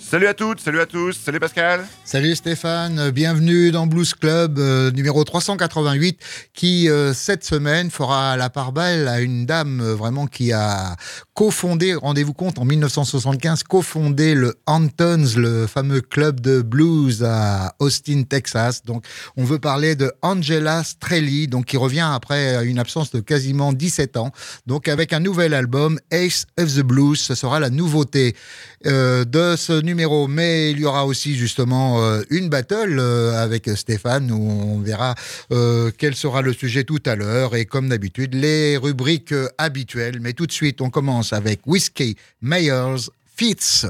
Salut à toutes, salut à tous, salut Pascal. Salut Stéphane, bienvenue dans Blues Club numéro 388 qui cette semaine fera la part belle à une dame vraiment qui a cofondé, rendez-vous compte, en 1975, cofondé le Hamptons, le fameux club de blues à Austin, Texas. Donc on veut parler de Angela Strelly, donc qui revient après une absence de quasiment 17 ans, donc avec un nouvel album, Ace of the Blues. Ce sera la nouveauté de ce numéro, mais il y aura aussi justement une battle avec Stéphane où on verra quel sera le sujet tout à l'heure et comme d'habitude les rubriques habituelles. Mais tout de suite on commence avec Whiskey Myers Fitz.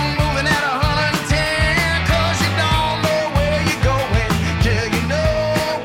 Till you know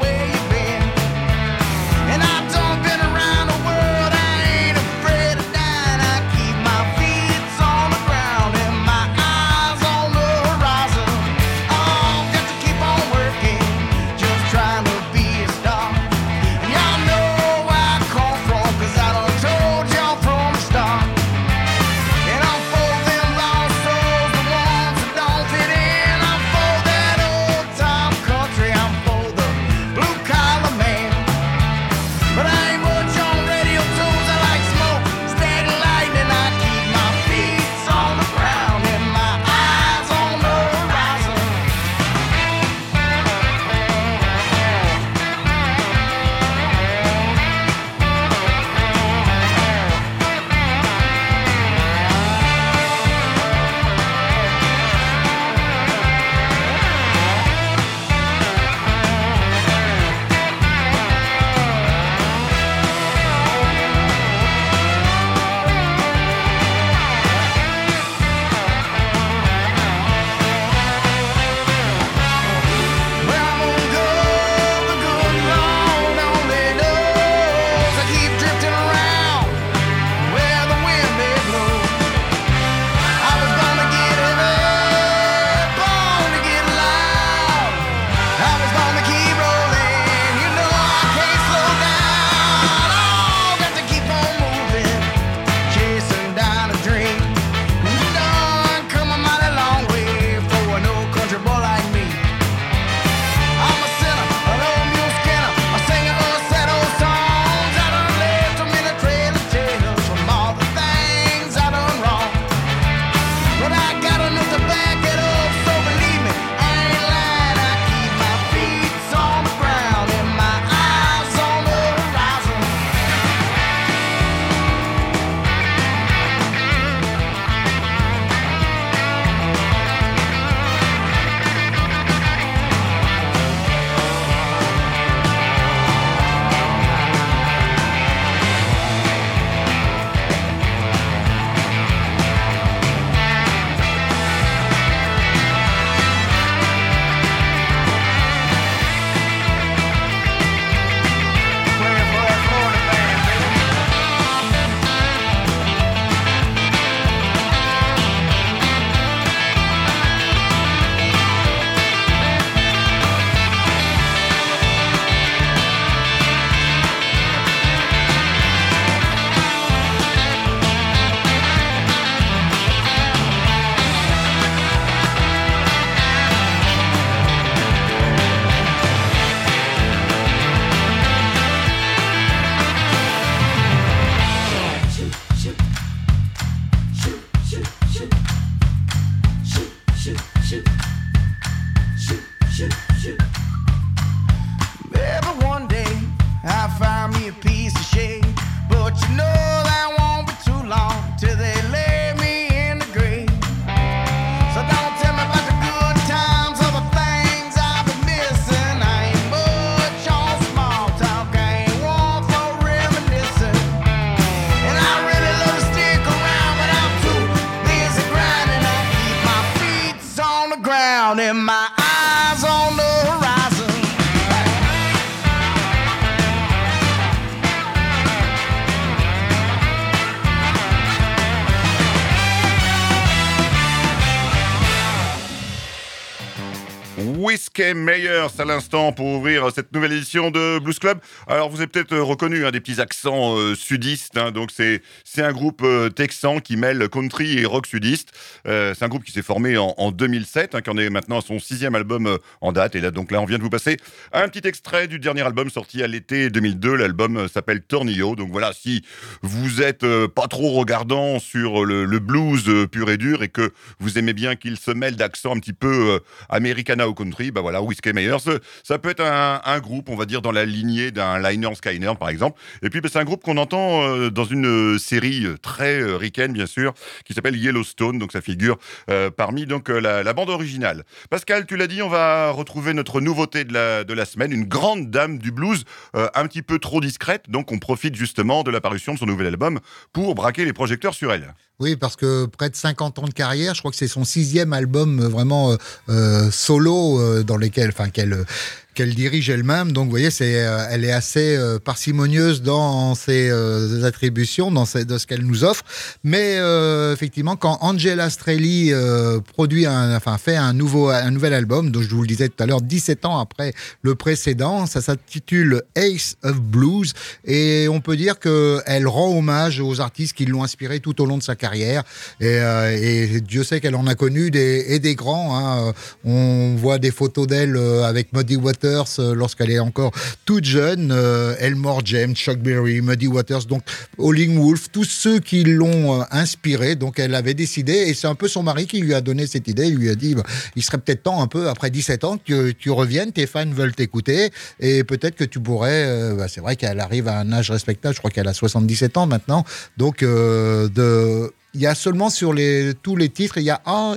Whiskey Myers à l'instant pour ouvrir cette nouvelle édition de Blues Club. Alors vous avez peut-être reconnu des petits accents sudistes, donc c'est un groupe texan qui mêle country et rock sudiste. C'est un groupe qui s'est formé en 2007, qui en est maintenant à son 6e album en date. Et là, donc là, on vient de vous passer un petit extrait du dernier album sorti à l'été 2002. L'album s'appelle Tornillo. Donc voilà, si vous êtes pas trop regardant sur le blues pur et dur et que vous aimez bien qu'il se mêle d'accents un petit peu Americana au country, bah voilà, Whiskey Myers, ça peut être un groupe, on va dire, dans la lignée d'un Lynyrd Skynyrd, par exemple. Et puis, c'est un groupe qu'on entend dans une série très ricaine, bien sûr, qui s'appelle Yellowstone. Donc, ça figure parmi donc la bande originale. Pascal, tu l'as dit, on va retrouver notre nouveauté de la semaine, une grande dame du blues, un petit peu trop discrète. Donc, on profite justement de l'apparition de son nouvel album pour braquer les projecteurs sur elle. Oui, parce que près de 50 ans de carrière, je crois que c'est son 6e album vraiment solo dans lequel, qu'elle dirige elle-même. Donc, vous voyez, elle est assez parcimonieuse dans ses attributions, dans ce qu'elle nous offre. Mais effectivement, quand Angela Strelly fait un nouvel album, dont je vous le disais tout à l'heure, 17 ans après le précédent, ça s'intitule Ace of Blues, et on peut dire qu'elle rend hommage aux artistes qui l'ont inspirée tout au long de sa carrière. Et Dieu sait qu'elle en a connu des grands. On voit des photos d'elle avec Muddy Waters lorsqu'elle est encore toute jeune, Elmore James, Chuck Berry, Muddy Waters, donc Howlin' Wolf, tous ceux qui l'ont inspirée. Donc elle avait décidé, et c'est un peu son mari qui lui a donné cette idée, il lui a dit il serait peut-être temps, un peu après 17 ans, que tu reviennes, tes fans veulent t'écouter, et peut-être que tu pourrais, c'est vrai qu'elle arrive à un âge respectable, je crois qu'elle a 77 ans maintenant, donc il y a seulement sur tous les titres, il y a un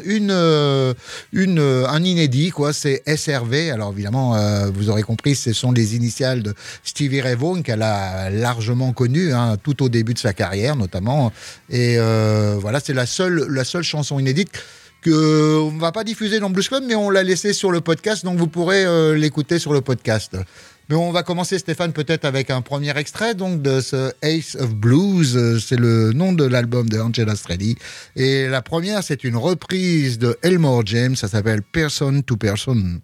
inédit, quoi. C'est SRV. Alors évidemment, vous aurez compris, ce sont les initiales de Stevie Ray Vaughan qu'elle a largement connu, tout au début de sa carrière, notamment. Et voilà, c'est la seule chanson inédite qu'on ne va pas diffuser dans Blues Club, mais on l'a laissée sur le podcast, donc vous pourrez l'écouter sur le podcast. Mais on va commencer, Stéphane, peut-être avec un premier extrait donc de ce Ace of Blues. C'est le nom de l'album de Angela Strelly. Et la première, c'est une reprise de Elmore James. Ça s'appelle Person to Person.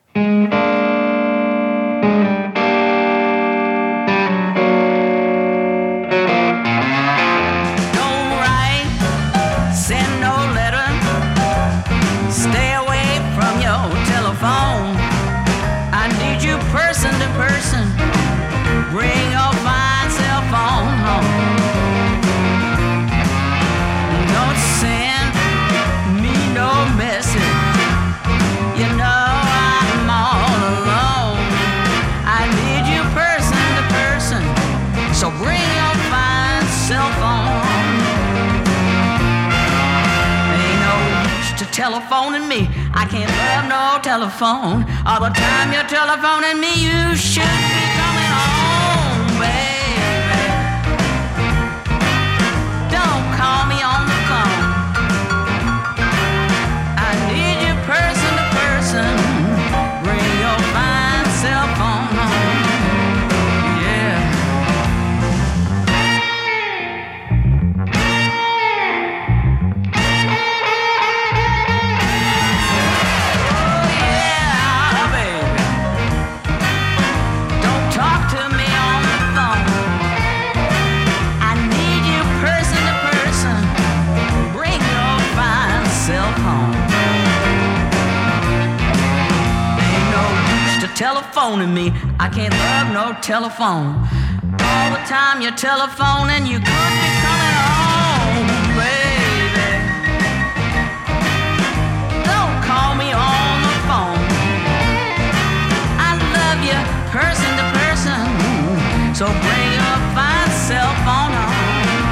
Telephoning me, I can't love no telephone. All the time you're telephoning me, you should be coming home, baby. Don't call me on the phone. I need you person to person. Bring your fine cell phone home. Telephoning me, I can't love no telephone. All the time you're telephoning, you could be coming home, baby. Don't call me on the phone. I love you person to person, so bring your fine cell phone home.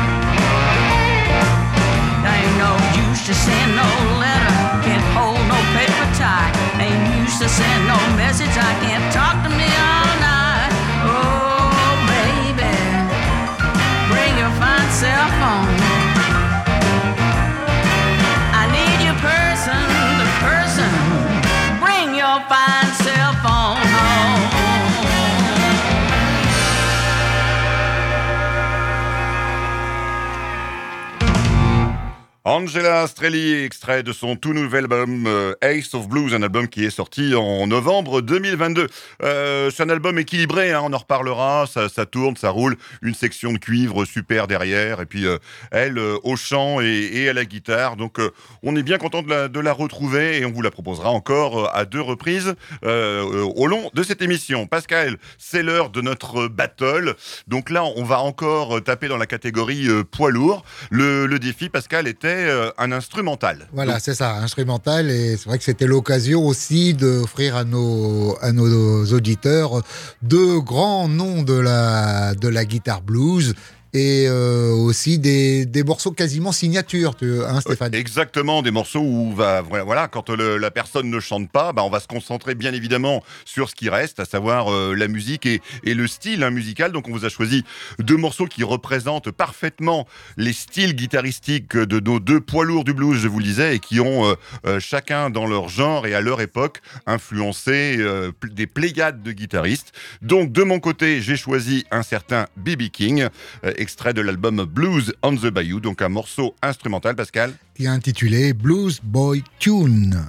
There ain't no use to send no letter, can't hold no paper tie. Ain't used to send no message, I can't talk to me all night. Oh, baby, bring your fine self Angela Strelly, extrait de son tout nouvel album Ace of Blues, un album qui est sorti en novembre 2022. C'est un album équilibré, hein, on en reparlera, ça tourne, ça roule, une section de cuivre super derrière, et puis elle au chant et à la guitare. Donc on est bien content de la retrouver et on vous la proposera encore à 2 reprises au long de cette émission. Pascal, c'est l'heure de notre battle. Donc là, on va encore taper dans la catégorie poids lourd. Le défi, Pascal, était un instrumental. Voilà, Donc, c'est ça, instrumental. Et c'est vrai que c'était l'occasion aussi d'offrir à nos auditeurs 2 grands noms de la guitare blues. Et aussi des morceaux quasiment signature, hein, Stéphane? Exactement, des morceaux où voilà, quand la personne ne chante pas, on va se concentrer bien évidemment sur ce qui reste, à savoir la musique et le style musical. Donc on vous a choisi 2 morceaux qui représentent parfaitement les styles guitaristiques de nos 2 poids lourds du blues, je vous le disais, et qui ont chacun dans leur genre et à leur époque influencé des pléiades de guitaristes. Donc de mon côté, j'ai choisi un certain B.B. King, extrait de l'album Blues on the Bayou, donc un morceau instrumental, Pascal. Qui est intitulé Blues Boy Tune.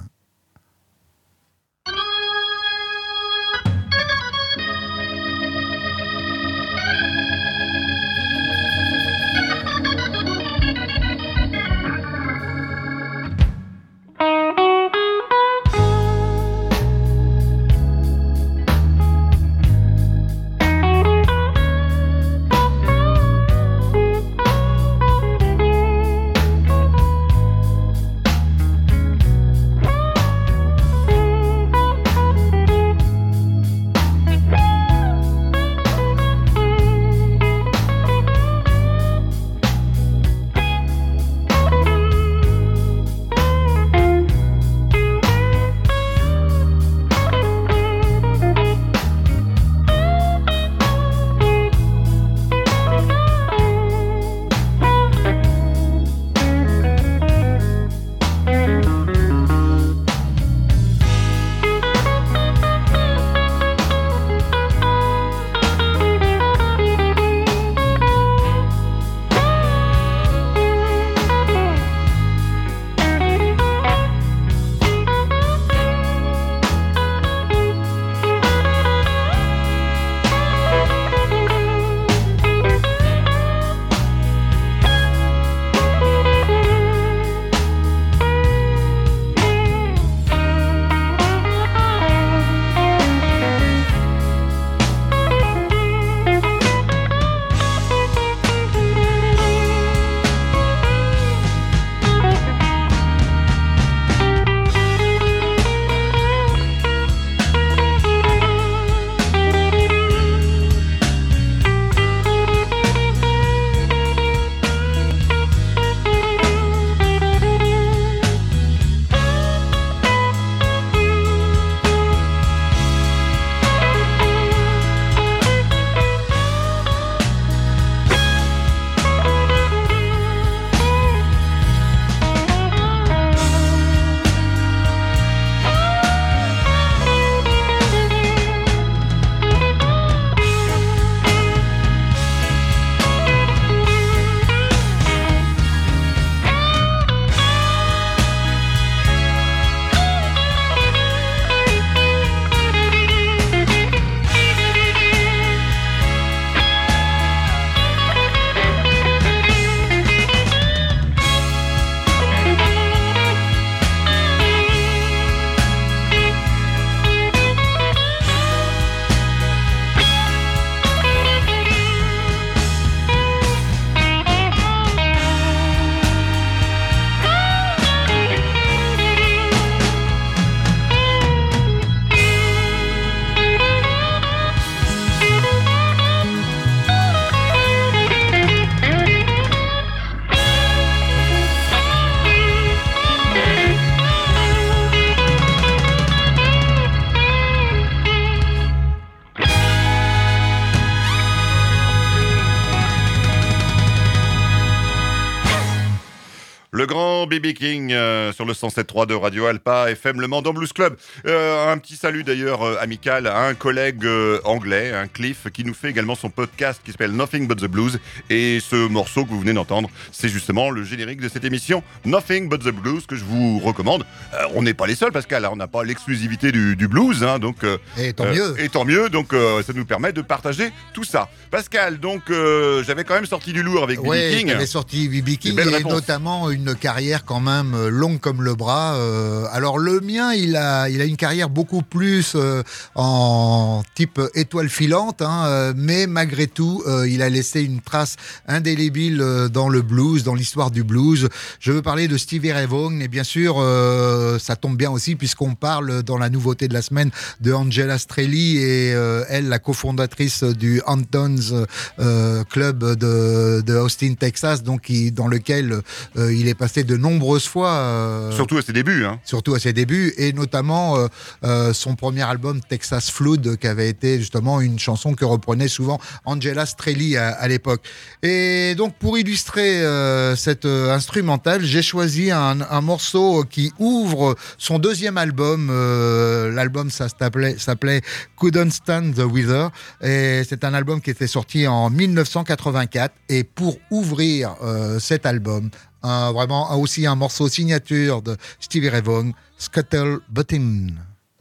Le grand B.B. King sur le 107.3 de Radio Alpa FM Le Mans dans Blues Club. Un petit salut d'ailleurs amical à un collègue anglais, Cliff, qui nous fait également son podcast qui s'appelle Nothing But The Blues. Et ce morceau que vous venez d'entendre, c'est justement le générique de cette émission Nothing But The Blues que je vous recommande. On n'est pas les seuls, Pascal, on n'a pas l'exclusivité du blues, donc et tant mieux. Et tant mieux, donc ça nous permet de partager tout ça. Pascal, donc j'avais quand même sorti du lourd avec B.B. King. Oui, j'avais sorti B.B. King et notamment une carrière quand même longue comme le bras. Alors le mien, il a une carrière beaucoup plus en type étoile filante, mais malgré tout, il a laissé une trace indélébile dans le blues, dans l'histoire du blues. Je veux parler de Stevie Ray Vaughan et bien sûr, ça tombe bien aussi puisqu'on parle dans la nouveauté de la semaine de Angela Strelly et elle, la cofondatrice du Hamptons Club de Austin, Texas, donc dans lequel il est passé de nombreuses fois. Surtout à ses débuts. Surtout à ses débuts, et notamment son premier album Texas Flood, qui avait été justement une chanson que reprenait souvent Angela Strelly à l'époque. Et donc pour illustrer cette instrumentale, j'ai choisi un morceau qui ouvre son deuxième album. L'album ça s'appelait Couldn't Stand the Weather, et c'est un album qui était sorti en 1984. Et pour ouvrir cet album, vraiment aussi un morceau signature de Stevie Ray Vaughan, Scuttlebutting.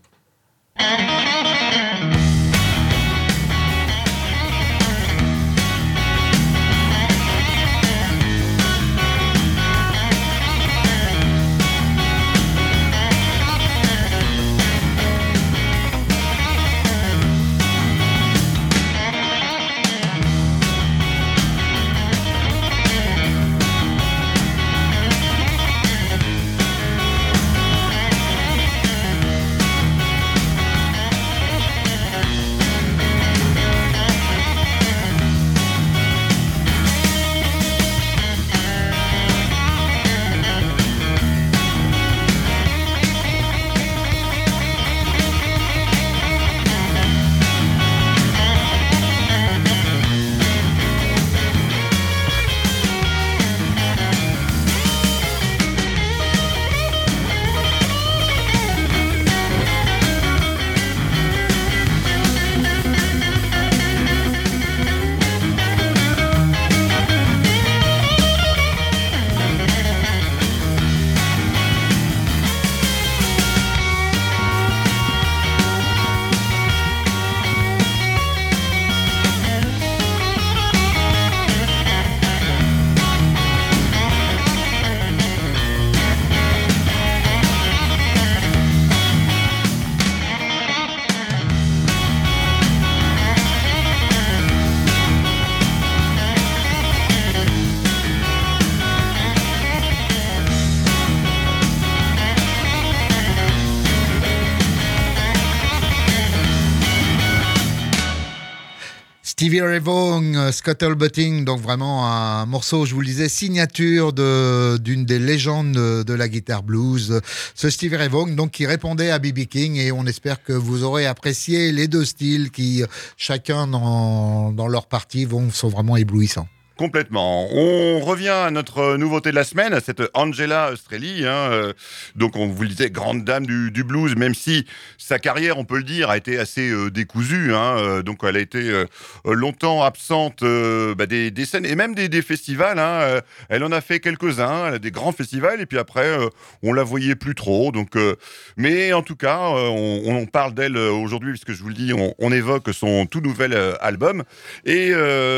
Stevie Ray Vaughan, Scuttlebutting, donc vraiment un morceau, je vous le disais, signature d'une des légendes de la guitare blues. Ce Stevie Ray Vaughan, donc, qui répondait à B.B. King, et on espère que vous aurez apprécié les deux styles qui, chacun dans leur partie, sont vraiment éblouissants. Complètement. On revient à notre nouveauté de la semaine, à cette Angela Strelly. Donc, on vous le disait, grande dame du blues, même si sa carrière, on peut le dire, a été assez décousue. Donc, elle a été longtemps absente des scènes et même des festivals. Elle en a fait quelques-uns, des grands festivals, et puis après, on la voyait plus trop. Donc, mais en tout cas, on parle d'elle aujourd'hui, puisque je vous le dis, on évoque son tout nouvel album. Et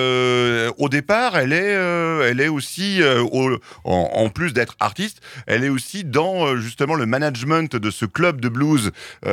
au départ, elle est aussi, en plus d'être artiste, elle est aussi dans justement le management de ce club de blues,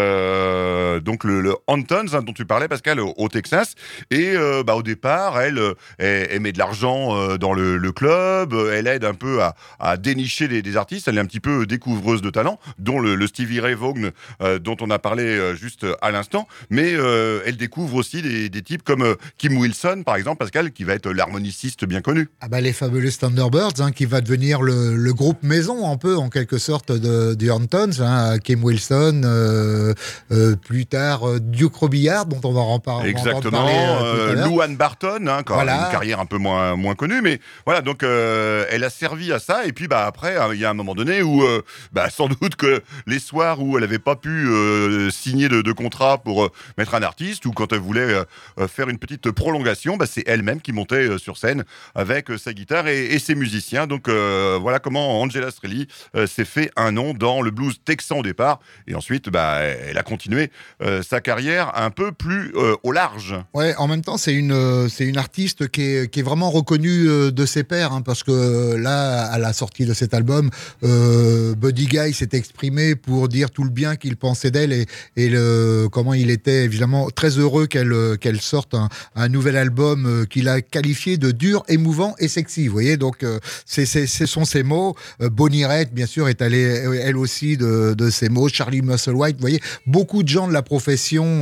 donc le Hamptons, dont tu parlais, Pascal, au Texas. Et au départ, elle met de l'argent dans le club, elle aide un peu à dénicher des artistes, elle est un petit peu découvreuse de talent, dont le Stevie Ray Vaughan, dont on a parlé juste à l'instant. Mais elle découvre aussi des types comme Kim Wilson, par exemple, Pascal, qui va être l'harmoniciste bien connus. Ah bah les Fabulous Thunderbirds, qui va devenir le groupe maison un peu en quelque sorte du Hauntones, Kim Wilson, plus tard Duke Robillard, dont on va en parler. Exactement, Lou Anne Barton, quand même une carrière un peu moins connue, mais voilà, donc elle a servi à ça, et puis après, il y a un moment donné où, sans doute que les soirs où elle n'avait pas pu signer de contrat pour mettre un artiste, ou quand elle voulait faire une petite prolongation, c'est elle-même qui montait sur scène avec sa guitare et ses musiciens. Donc voilà comment Angela Strelly s'est fait un nom dans le blues texan au départ, et ensuite elle a continué sa carrière un peu plus au large. Ouais, en même temps c'est une artiste qui est vraiment reconnue de ses pairs, parce que là, à la sortie de cet album, Buddy Guy s'est exprimé pour dire tout le bien qu'il pensait d'elle et comment il était évidemment très heureux qu'elle sorte un nouvel album qu'il a qualifié de dur, émouvant et sexy. Vous voyez, donc ce sont ces mots. Bonnie Raitt, bien sûr, est allée elle aussi de ces mots. Charlie Musselwhite, vous voyez, beaucoup de gens de la profession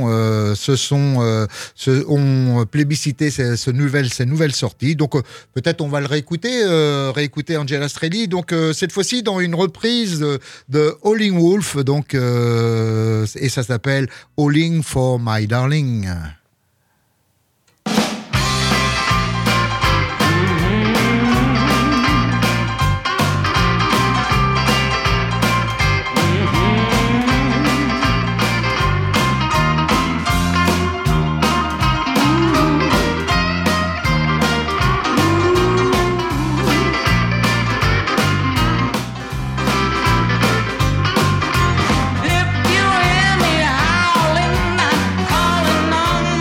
ont plébiscité ces nouvelles sorties. Donc peut-être on va le réécouter Angela Strelly. Donc cette fois-ci dans une reprise de Howling Wolf. Donc et ça s'appelle Howling for My Darling. If you hear me howling, I'm calling on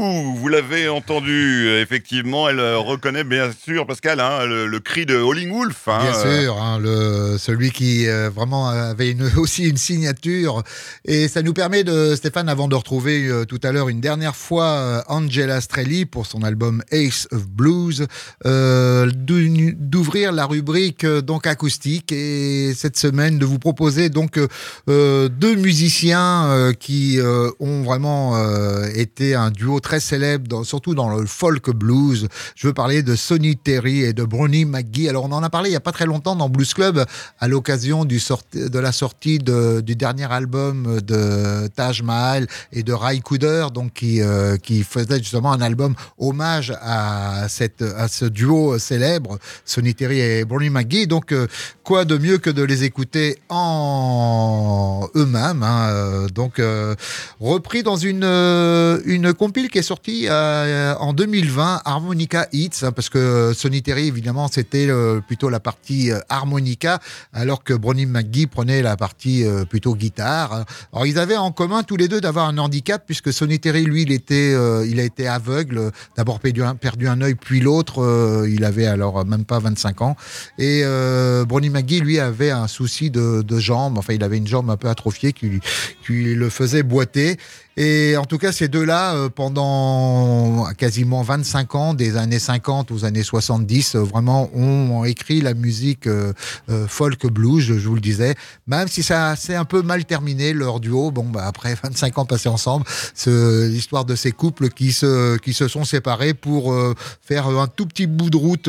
vous l'avez entendu, effectivement, elle reconnaît bien sûr, Pascal, hein, le cri de Howlin' Wolf. Hein, bien sûr, hein, celui qui vraiment avait aussi une signature. Et ça nous permet, Stéphane, avant de retrouver tout à l'heure une dernière fois Angela Strelly pour son album Ace of Blues, d'ouvrir la rubrique donc acoustique et cette semaine de vous proposer donc deux musiciens qui ont vraiment été un duo très célèbre, surtout dans le folk blues. Je veux parler de Sonny Terry et de Brownie McGhee. Alors on en a parlé il n'y a pas très longtemps dans Blues Club à l'occasion de la sortie du dernier album de Taj Mahal et de Ry Cooder, donc qui faisait justement un album hommage à ce duo célèbre, Sonny Terry et Brownie McGhee. Donc quoi de mieux que de les écouter en eux-mêmes, hein, donc repris dans une compile qui est sortie en 2020, Harmonica Hits, hein, parce que Sonny Terry évidemment c'était plutôt la partie harmonica, alors que Brownie McGhee prenait la partie plutôt guitare. Alors ils avaient en commun tous les deux d'avoir un handicap, puisque Sonny Terry lui il a été aveugle, d'abord perdu un œil puis l'autre, il avait alors même pas 25 ans, et Brownie McGhee lui avait un souci de jambe, enfin il avait une jambe un peu atrophiée qui le faisait boiter. Et en tout cas, ces deux-là, pendant quasiment 25 ans, des années 50 aux années 70, vraiment ont écrit la musique folk blues, je vous le disais. Même si ça s'est un peu mal terminé, leur duo, après 25 ans passés ensemble, l'histoire de ces couples qui se sont séparés pour faire un tout petit bout de route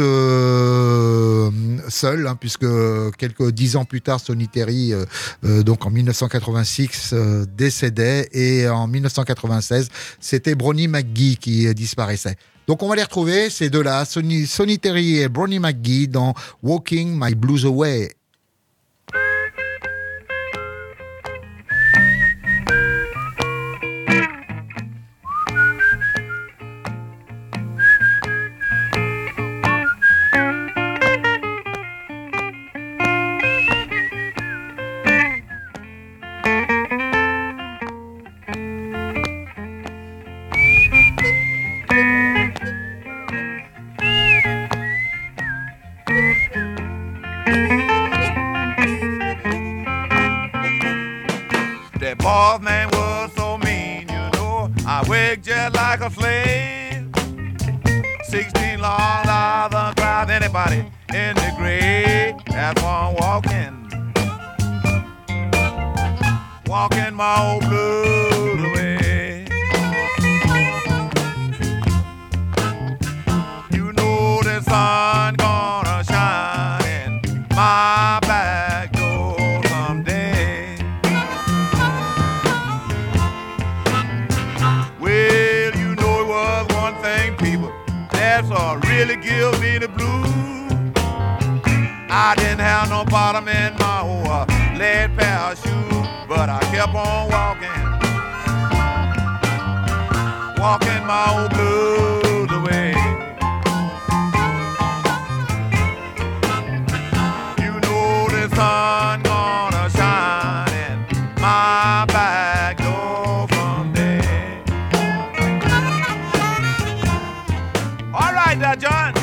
seul, hein, puisque quelques 10 ans plus tard, Sonny Terry, donc en 1986, décédait, et en 1996, c'était Brownie McGhee qui disparaissait. Donc on va les retrouver, ces deux-là, Sonny Terry et Brownie McGhee, dans Walking My Blues Away. Boss man was so mean, you know, I worked just like a slave. 16 long hours on drive anybody in the grave. That's why I'm walking my old blues away. You know the sun gonna shine in my back door someday. Well, you know it was one thing, people, that's all really give me the blues. I didn't have no bottom in my old lead pair of shoes, but I kept on walking my old blues away. You know the sun gonna shine in my back door someday. All right, now, John.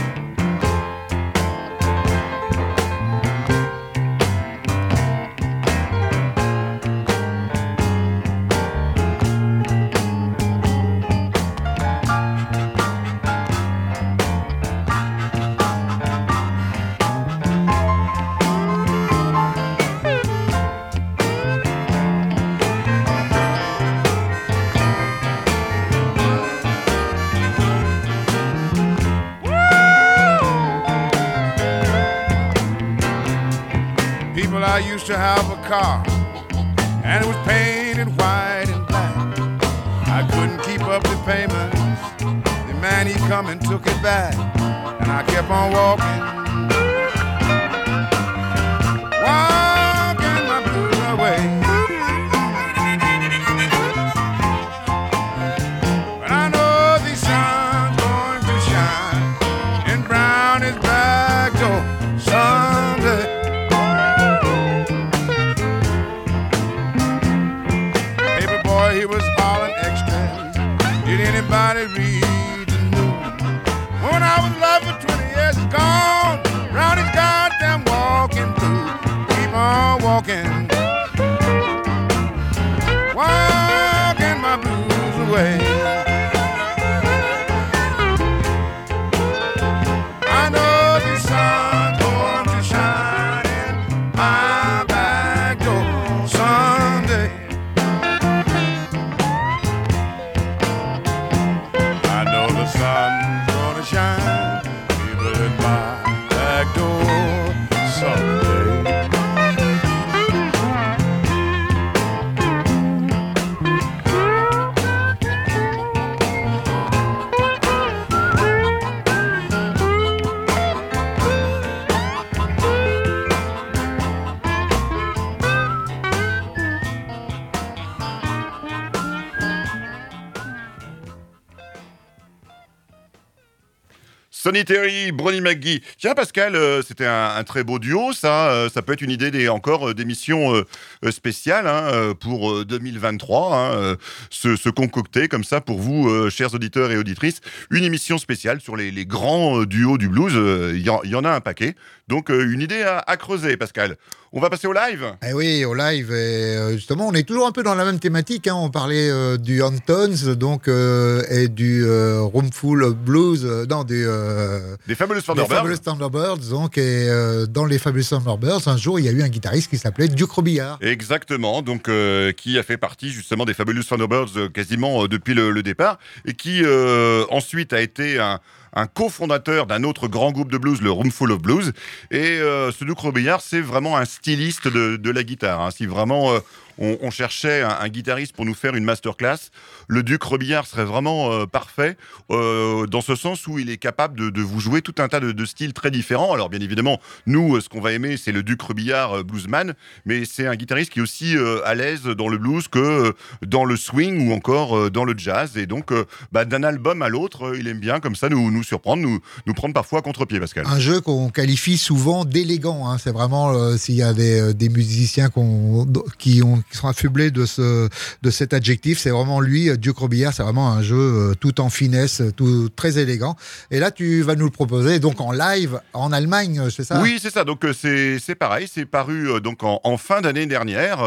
I used to have a car, and it was painted white and black. I couldn't keep up the payments. The man, he come and took it back, and I kept on walking my blues away. But I know the sun's going to shine in Brownie's back door someday. He was hauling extras. Did anybody read the news. When I was loved for 20 years, it's gone. Round his goddamn walking blues. Keep on walking. Walking my blues away. I know the sun's going to shine in my back door someday. I know the sun's gonna shine even in my back door someday. Sonny Terry, Brony McGee. Tiens Pascal, c'était un très beau duo, ça. Ça peut être une idée encore d'émission spéciale pour 2023. Se concocter comme ça pour vous, chers auditeurs et auditrices, une émission spéciale sur les grands duos du blues. Il y en a un paquet. Donc une idée à creuser, Pascal. On va passer au live. Eh oui, au live. Et, justement, on est toujours un peu dans la même thématique. On parlait du Hamptons, donc, et du Roomful of Blues, des Fabulous Thunderbirds. Donc, et dans les Fabulous Thunderbirds, un jour, il y a eu un guitariste qui s'appelait Duke Robillard. Exactement, donc qui a fait partie justement des Fabulous Thunderbirds quasiment depuis le départ, et qui ensuite a été un cofondateur d'un autre grand groupe de blues, le Roomful of Blues. Et ce Duke Robillard, c'est vraiment un styliste de la guitare. Si vraiment on cherchait un guitariste pour nous faire une masterclass, le Duke Robillard serait vraiment parfait, dans ce sens où il est capable de vous jouer tout un tas de styles très différents. Alors bien évidemment, nous, ce qu'on va aimer, c'est le Duke Robillard bluesman, mais c'est un guitariste qui est aussi à l'aise dans le blues que dans le swing ou encore dans le jazz. Et donc, d'un album à l'autre, il aime bien comme ça nous surprendre, nous prendre parfois à contre-pied, Pascal. Un jeu qu'on qualifie souvent d'élégant. C'est vraiment, s'il y a des musiciens qui sont affublés de cet adjectif, c'est vraiment lui, Duke Robillard. C'est vraiment un jeu tout en finesse, tout très élégant. Et là, tu vas nous le proposer donc en live en Allemagne, c'est ça ? Oui, c'est ça. Donc c'est pareil, c'est paru donc en fin d'année dernière.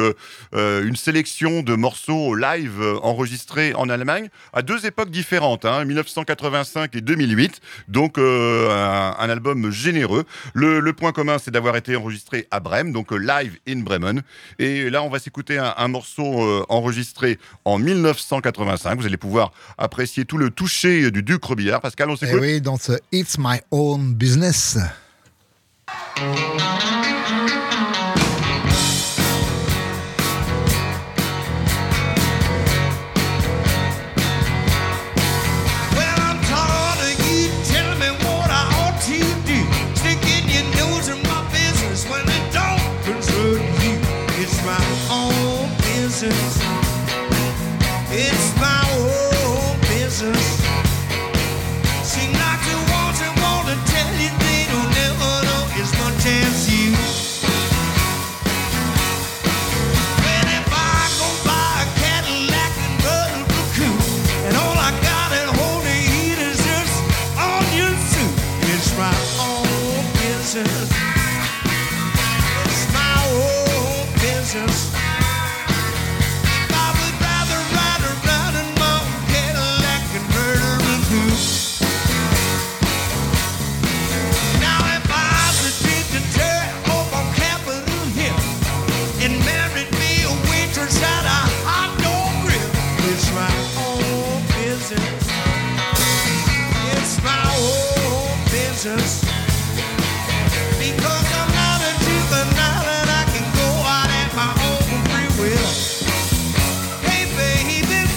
Une sélection de morceaux live enregistrés en Allemagne à deux époques différentes, 1985 et 2008. Donc un album généreux. Le point commun, c'est d'avoir été enregistré à Brême, donc live in Bremen. Et là, on va s'écouter un morceau enregistré en 1985. Vous allez pouvoir apprécier tout le toucher du Duke Robillard. Pascal, on s'écoute. Oui, dans ce It's My Own Business. It's my own business. Seem like you want to tell you they don't never know as much as you. Well, if I go buy a Cadillac and run a coupe, and all I got at home to eat is just onion soup, it's my own business. It's my own business. Because I'm not a juvenile and I can go out at my own free will. Hey baby,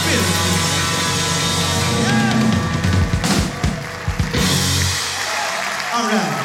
All right.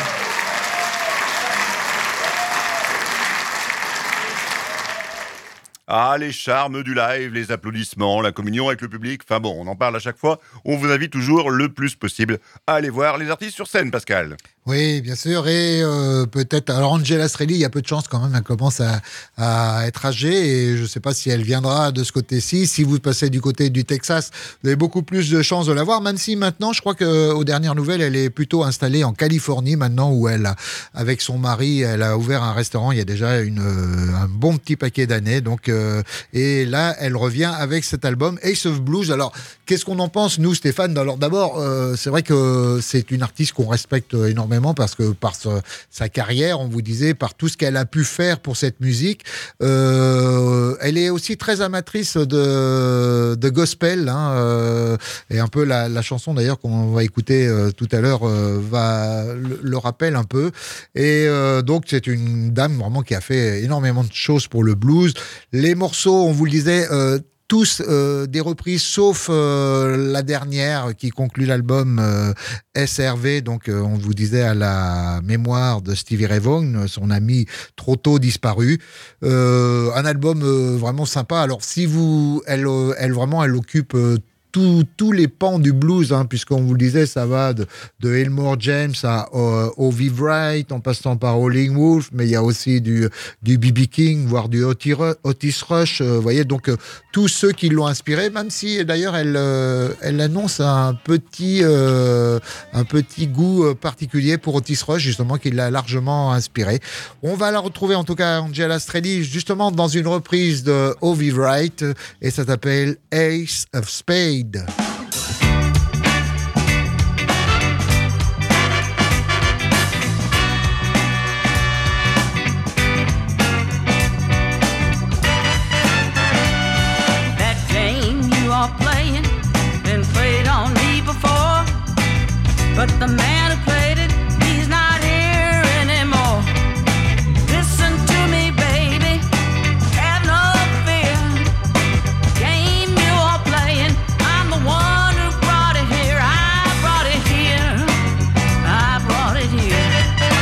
Ah, les charmes du live, les applaudissements, la communion avec le public. Enfin bon, on en parle à chaque fois. On vous invite toujours le plus possible à aller voir les artistes sur scène, Pascal. Oui, bien sûr. Et peut-être. Alors, Angela Strelly, il y a peu de chance quand même. Elle commence à être âgée et je ne sais pas si elle viendra de ce côté-ci. Si vous passez du côté du Texas, vous avez beaucoup plus de chances de la voir. Même si maintenant, je crois qu'aux dernières nouvelles, elle est plutôt installée en Californie maintenant, où elle, avec son mari, elle a ouvert un restaurant il y a déjà un bon petit paquet d'années. Donc, et là, elle revient avec cet album Ace of Blues. Alors, qu'est-ce qu'on en pense, nous, Stéphane? Alors, d'abord, c'est vrai que c'est une artiste qu'on respecte énormément parce que par sa carrière, on vous disait, par tout ce qu'elle a pu faire pour cette musique. Elle est aussi très amatrice de gospel, hein, et un peu la chanson d'ailleurs qu'on va écouter tout à l'heure va le rappelle un peu. Et donc c'est une dame vraiment qui a fait énormément de choses pour le blues. Les morceaux, on vous le disait, tous des reprises, sauf la dernière qui conclut l'album SRV. Donc, on vous disait à la mémoire de Stevie Ray Vaughan, son ami trop tôt disparu. Un album vraiment sympa. Alors, si elle occupe tous les pans du blues, hein, puisqu'on vous le disait, ça va de Elmore James à O.V. Wright, en passant par Howlin' Wolf, mais il y a aussi du B.B. King, voire du Otis Rush, voyez, donc tous ceux qui l'ont inspiré, même si d'ailleurs elle annonce un petit goût particulier pour Otis Rush, justement, qui l'a largement inspiré. On va la retrouver, en tout cas, Angela Strelly, justement, dans une reprise de O.V. Wright, et ça s'appelle Ace of Spades. That game you are playing been played on me before, but the man who played it, he's not here anymore. Listen to me, baby, have no fear. Game you are playing, I'm the one who brought it here. I brought it here. I brought it here.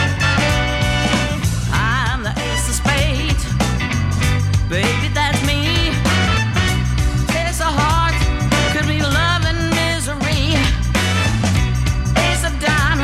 I'm the ace of spades, baby, that's me. Ace of hearts, could be love and misery. Ace of diamonds.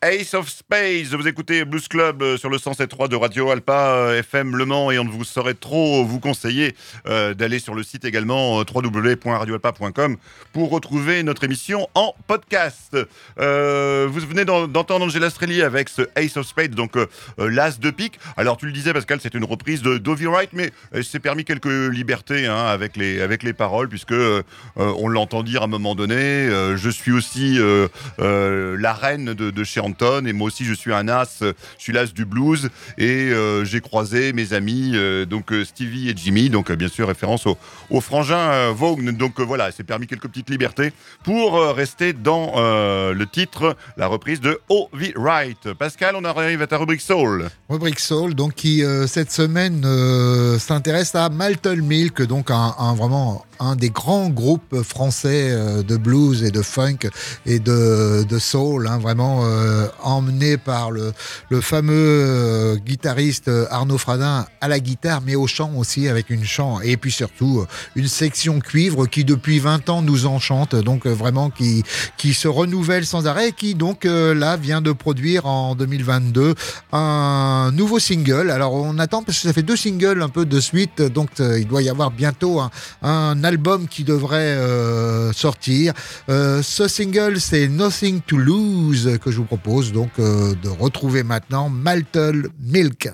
Ace of Spades, vous écoutez Blues Club sur le 107.3 de Radio Alpa FM Le Mans et on ne vous saurait trop vous conseiller d'aller sur le site également www.radioalpa.com pour retrouver notre émission en podcast. Vous venez d'entendre Angela Strelli avec ce Ace of Spades, donc l'as de pique. Alors tu le disais Pascal, c'est une reprise de Dovey Wright, mais elle s'est permis quelques libertés avec les paroles puisque on l'entend dire à un moment donné, je suis aussi la reine de chez Anton et moi aussi je suis un as, je suis l'as du blues et j'ai croisé mes amis donc Stevie et Jimmy, donc bien sûr référence au frangin Vaughn, donc voilà, c'est permis quelques petites libertés pour rester dans le titre, la reprise de O.V. Wright. Pascal, on arrive à ta rubrique Soul. Rubrique Soul, donc qui cette semaine s'intéresse à Malton Milk, donc vraiment un des grands groupes français de blues et de funk et de soul, vraiment emmené par le fameux guitariste Arnaud Fradin à la guitare, mais au chant aussi, avec une chant et puis surtout une section cuivre qui depuis 20 ans nous enchante, donc vraiment qui se renouvelle sans arrêt, qui donc là vient de produire en 2022 un nouveau single. Alors on attend parce que ça fait 2 singles un peu de suite, donc il doit y avoir bientôt un album qui devrait sortir. Ce single, c'est Nothing to Lose que je vous propose donc de retrouver maintenant, Malton Milk.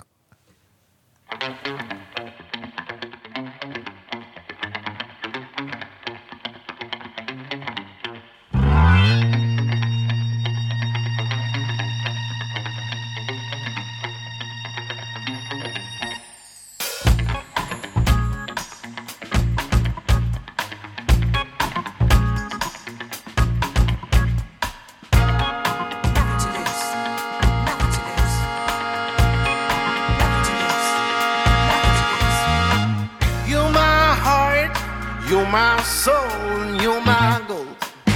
My soul, you're my goal.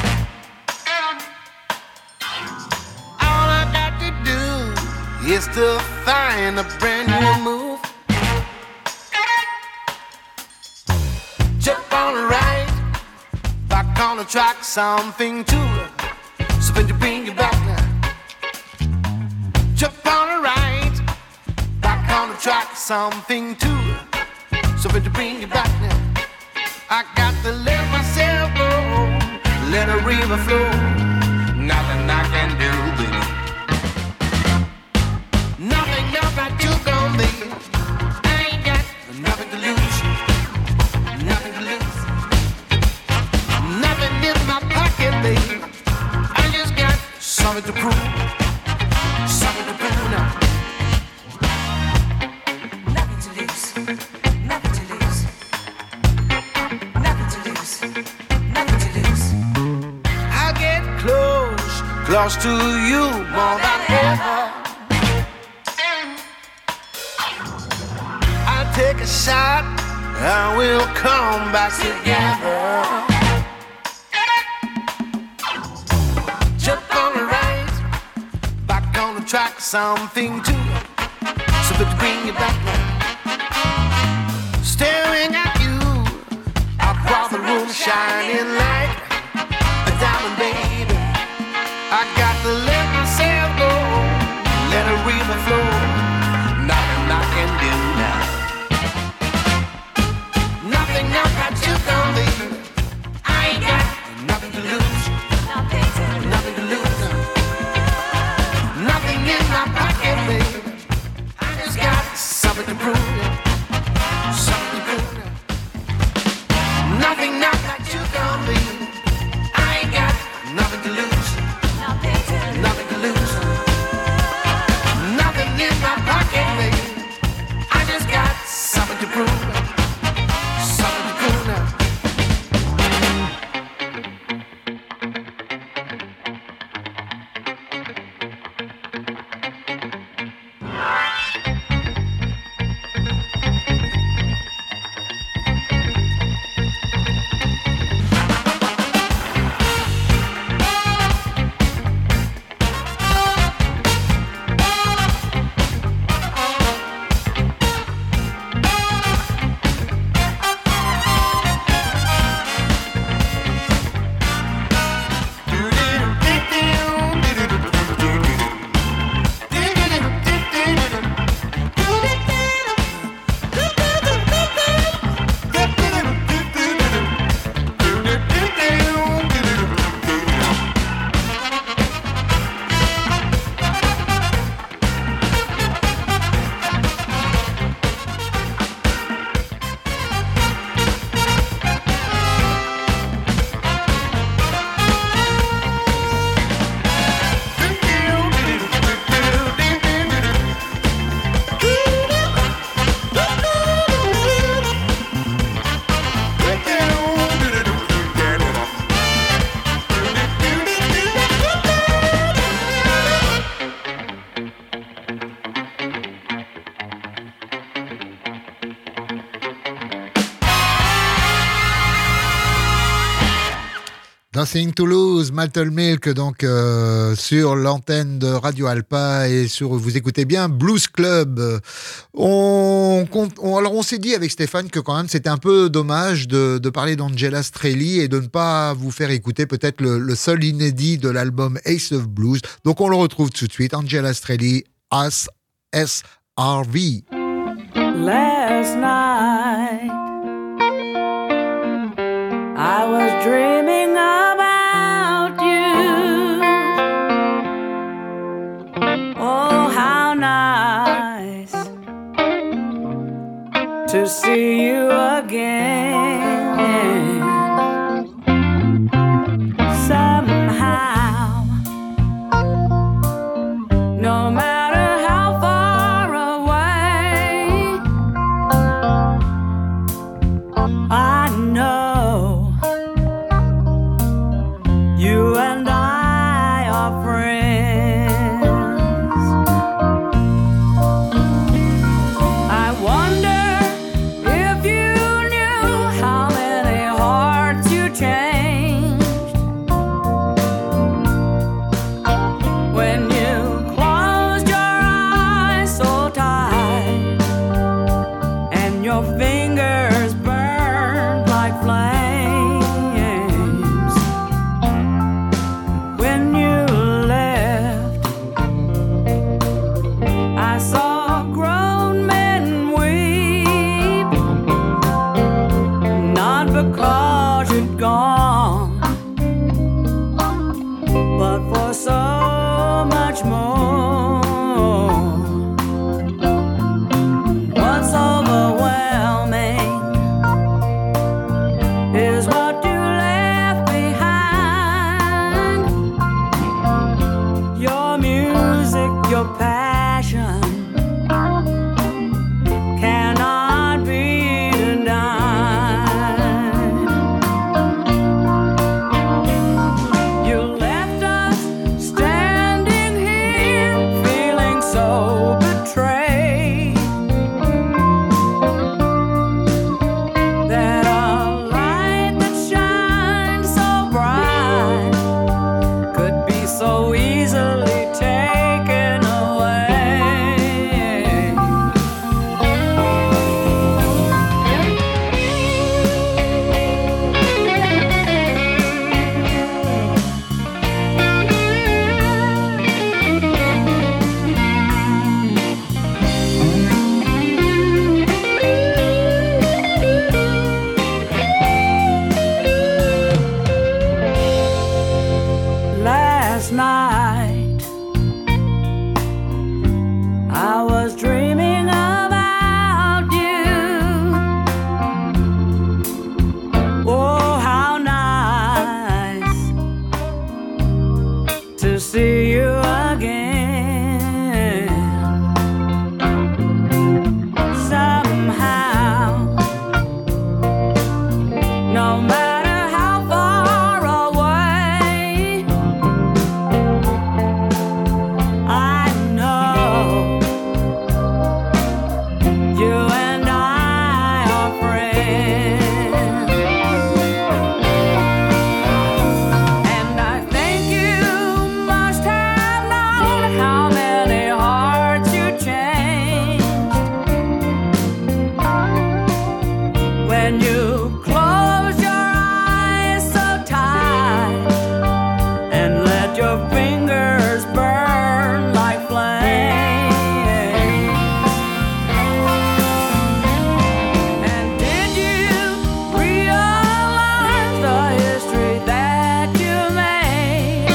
All I got to do is to find a brand new move. Jump on the right, back on the track, something to something to bring you back now. Jump on the right, back on the track, something to bring you back now. I got to let myself go, let a river flow. Nothing I can do, baby. Nothing that you gon' be. I ain't got nothing to lose, nothing to lose. Nothing in my pocket, baby. I just got something to prove, something to prove now. Nothing to lose. Close to you more than ever. I'll take a shot and we'll come back together. Jump on the right, back on the track, something to bring you back now. Staring at you across the room, shining like a diamond, baby. I got to let myself go, let a river flow. Nothing I can do now. Nothing else that you gon' leave. I ain't got nothing to lose, nothing to lose. Nothing in my pocket, baby. I just got something to prove, something to prove. Nothing else that you gon' leave. I ain't got nothing to lose. Nothing to lose, nothing in my pocket, baby. I just Nothing to Lose, Malted Milk, donc sur l'antenne de Radio Alpa et sur, vous écoutez bien, Blues Club. Alors on s'est dit avec Stéphane que quand même c'était un peu dommage de parler d'Angela Strelly et de ne pas vous faire écouter peut-être le seul inédit de l'album Ace of Blues. Donc on le retrouve tout de suite, Angela Strelly, As SRV. Last night I was dreaming about you. Oh, how nice to see you again. Somehow, no matter how far away, I know you and I are friends. I wonder if you knew how many hearts you changed when you closed your eyes so tight and your fingers burned like flames. When you left, I saw grown men weep, not because you'd gone, but for so much more. What's overwhelming is what you left behind. Your music, your passion cannot be denied. You left us standing here feeling so betrayed that a light that shines so bright could be so easily taken away. Last night I was dreaming about you. Oh, how nice to see you again. Somehow, no matter how far away, I know you and I are friends. And I think you must have known how many hearts you changed when you closed your eyes so tight and let your fingers burn like flames. And did you realize the history that you made?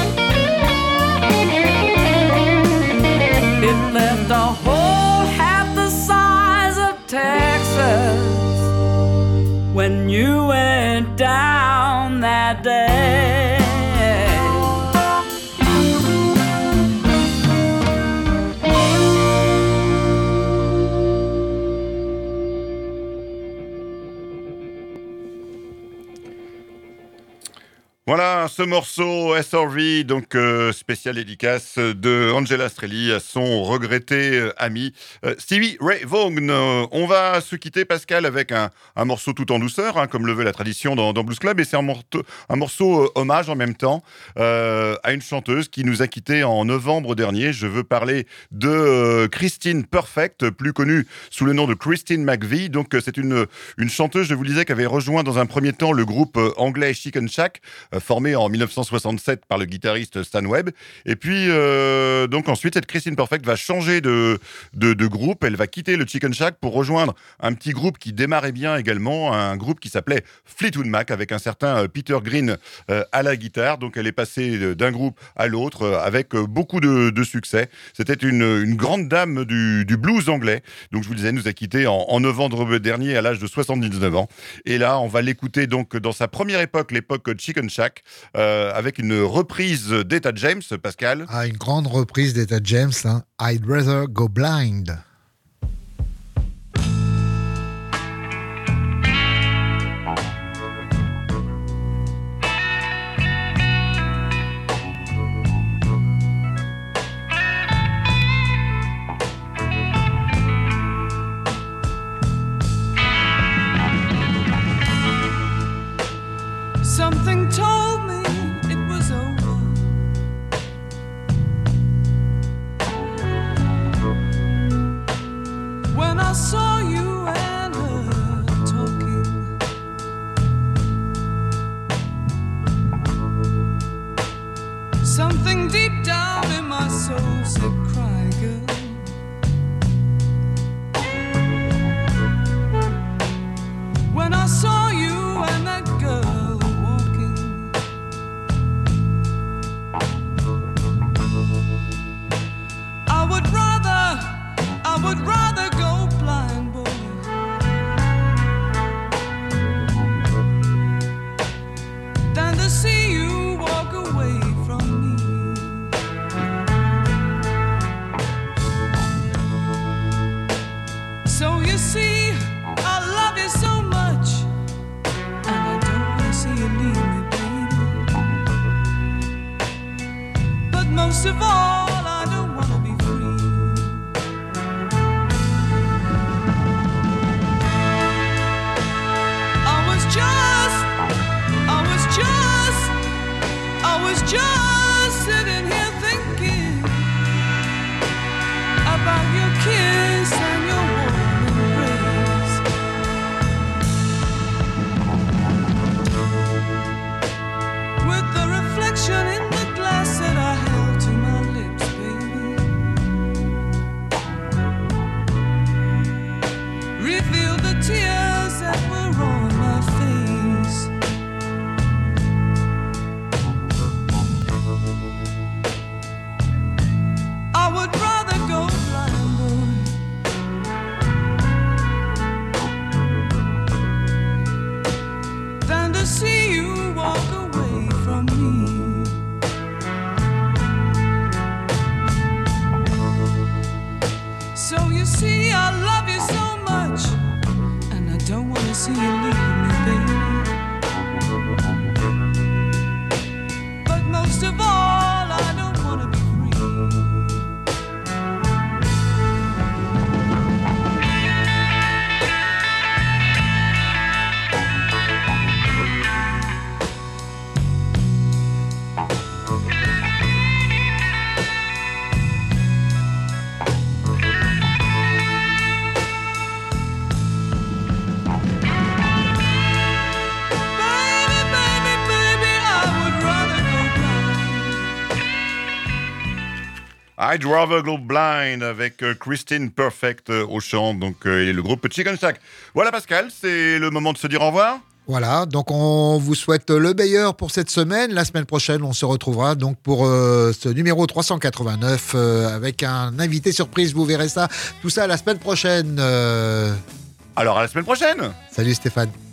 It left a hole half the size of Texas when you went down that day. Voilà, ce morceau SRV, donc spécial dédicace de Angela Strelly à son regretté ami Stevie Ray Vaughan. On va se quitter, Pascal, avec un morceau tout en douceur, hein, comme le veut la tradition dans Blues Club, et c'est un morceau hommage en même temps à une chanteuse qui nous a quittés en novembre dernier. Je veux parler de Christine Perfect, plus connue sous le nom de Christine McVie. Donc c'est une chanteuse, je vous le disais, qui avait rejoint dans un premier temps le groupe anglais Chicken Shack, formé en 1967 par le guitariste Stan Webb. Et puis, donc ensuite, cette Christine Perfect va changer de groupe. Elle va quitter le Chicken Shack pour rejoindre un petit groupe qui démarrait bien également, un groupe qui s'appelait Fleetwood Mac, avec un certain Peter Green à la guitare. Donc, elle est passée d'un groupe à l'autre avec beaucoup de succès. C'était une grande dame du blues anglais. Donc, je vous le disais, nous a quittés en novembre dernier à l'âge de 79 ans. Et là, on va l'écouter donc dans sa première époque, l'époque Chicken Shack, avec une reprise d'Etta James, Pascal. Ah, une grande reprise d'Etta James, hein. I'd Rather Go Blind. Something told me it was over. When I saw you and her talking, something deep down in my soul said, cry, girl. When I saw you and that girl walking, I would rather go blind, boy, than to see you walk away from me. So you see, I love you so much, and I don't want to see you leave me, baby. But most of all, I don't want to be free. I was just sitting here thinking about your kiss and your warm embrace. With the reflection in the glass that I held to my lips, baby, revealed the tears that were on my face. I would rather go blind, boy, than to see you walk away from me. So you see, I love you so much, and I don't want to see you leave me, baby. But most of all, I don't want to be free. I'd Rather Go Blind avec Christine Perfect au chant, donc et le groupe Chicken Shack. Voilà, Pascal, c'est le moment de se dire au revoir. Voilà, donc on vous souhaite le meilleur pour cette semaine. La semaine prochaine, on se retrouvera donc pour ce numéro 389 avec un invité surprise. Vous verrez ça, tout ça la semaine prochaine. Alors à la semaine prochaine. Salut Stéphane.